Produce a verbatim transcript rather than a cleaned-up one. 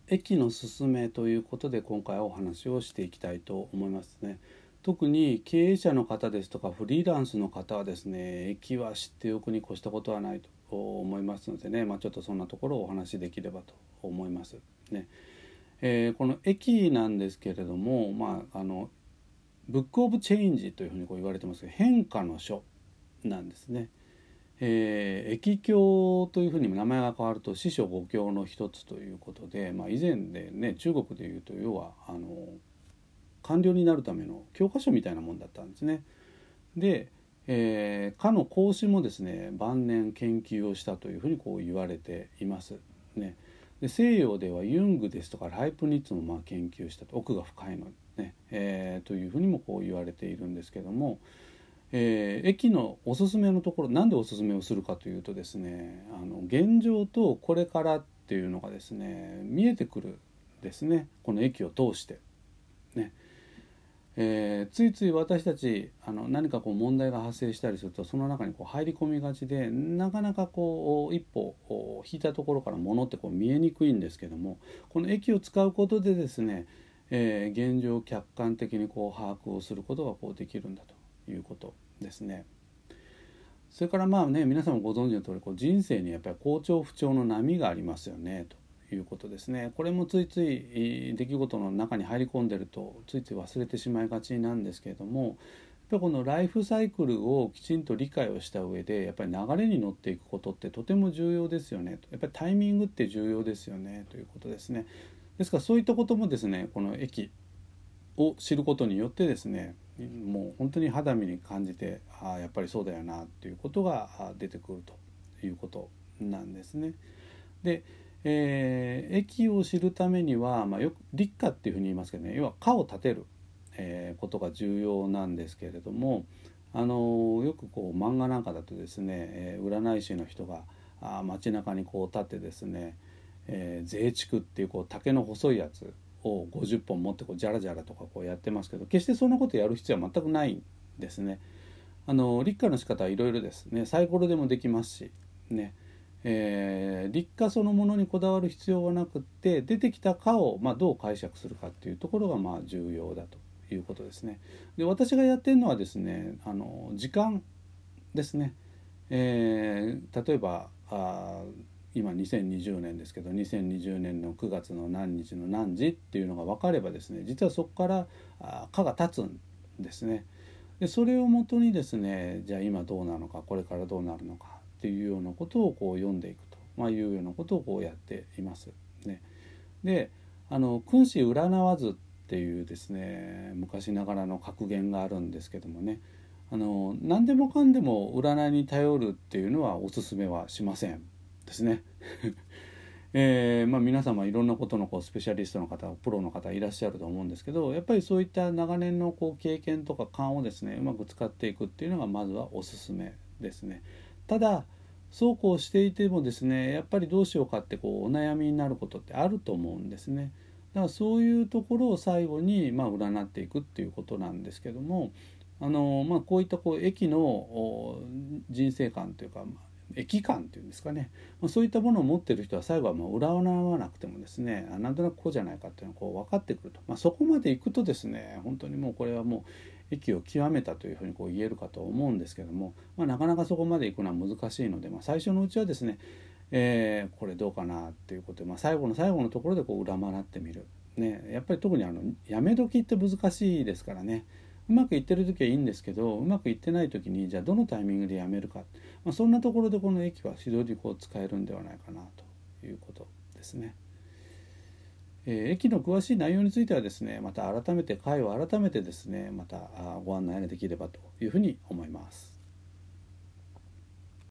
駅のすすめということで今回はお話をしていきたいと思いますね。特に経営者の方ですとかフリーランスの方はですね、駅は知っておくに越したことはないと思いますのでね、まあ、ちょっとそんなところをお話しできればと思いますね。えーこの駅なんですけれども、まあ、あのブックオブチェンジというふうにこう言われてますけど、変化の書なんですね。えー、駅経というふうに名前が変わると四書五経の一つということで、まあ、以前でね、中国でいうと要はあの官僚になるための教科書みたいなもんだったんですね。で、えー、かの孔子もですね晩年研究をしたというふうにこう言われていますね。で西洋ではユングですとかライプニッツもまあ研究したと、奥が深いのね、えー、というふうにもこう言われているんですけども、えー、駅のおすすめのところ、なんでおすすめをするかというとですね、あの現状とこれからっていうのがですね見えてくるですね、この駅を通してね。えー、ついつい私たちあの何かこう問題が発生したりすると、その中にこう入り込みがちで、なかなかこう一歩引いたところから物ってこう見えにくいんですけども、この駅を使うことでですね、えー、現状を客観的にこう把握をすることがこうできるんだということですね。それからまあね、皆さんもご存知の通りこり、人生にやっぱり好調不調の波がありますよねということですね。これもついつい出来事の中に入り込んでるとついつい忘れてしまいがちなんですけれども、やっぱりこのライフサイクルをきちんと理解をした上で、やっぱり流れに乗っていくことってとても重要ですよねと。やっぱりタイミングって重要ですよねということですね。ですからそういったこともですね、この駅を知ることによってですね、もう本当に肌身に感じて、ああやっぱりそうだよなということが出てくるということなんですね。で、えー駅を知るためには、まあ、よく立夏っていうふうに言いますけどね、要は家を建てる、えーことが重要なんですけれども、あのよくこう漫画なんかだとですね、えー占い師の人があ街中にこう立ってですね、えー、税畜っていうこう竹の細いやつをごじゅっぽん持ってこうジャラジャラとかこうやってますけど、決してそんなことやる必要は全くないんですね。あの立夏の仕方はいろいろですね。サイコロでもできますしね、えー、立夏そのものにこだわる必要はなくって、出てきた蚊を、まあ、どう解釈するかっていうところがまあ重要だということですね。で私がやってるのはですね、あの時間ですね。えー、例えばあ今にせんにじゅうねんですけど、にせんにじゅうねんのくがつの何日の何時っていうのが分かればですね、実はそこからあ蚊が立つんですね。でそれをもとにですね、じゃあ今どうなのか、これからどうなるのかっていうようなことをこう読んでいくと、まあ、いうようなことをこうやっていますね。であの君子占わずっていうですね、昔ながらの格言があるんですけどもね、あの何でもかんでも占いに頼るっていうのはおすすめはしませんですね。えーまあ、皆様いろんなことのこうスペシャリストの方、プロの方いらっしゃると思うんですけど、やっぱりそういった長年のこう経験とか勘をですねうまく使っていくっていうのがまずはおすすめですね。ただそうこうしていてもですね、やっぱりどうしようかってこうお悩みになることってあると思うんですね。だからそういうところを最後にまあ占っていくっていうことなんですけども、あのまあこういったこう駅の人生観というか、駅観っていうんですかね、そういったものを持っている人は最後はもう占わなくてもですね、なんとなくこうじゃないかっていうのがこう分かってくると、まあ、そこまでいくとですね、本当にもうこれはもう駅を極めたというふうにこう言えるかと思うんですけども、まあ、なかなかそこまでいくのは難しいので、まあ、最初のうちはですね、えー、これどうかなっていうことで、まあ、最後の最後のところでこう占ってみる、ね、やっぱり特にあのやめ時って難しいですからね。うまくいってる時はいいんですけど、うまくいってない時にじゃあどのタイミングでやめるか、まあ、そんなところでこの駅は非常にこう使えるんではないかなということですね。えー、駅の詳しい内容についてはですね、また改めて回を改めてですね、またご案内ができればというふうに思います。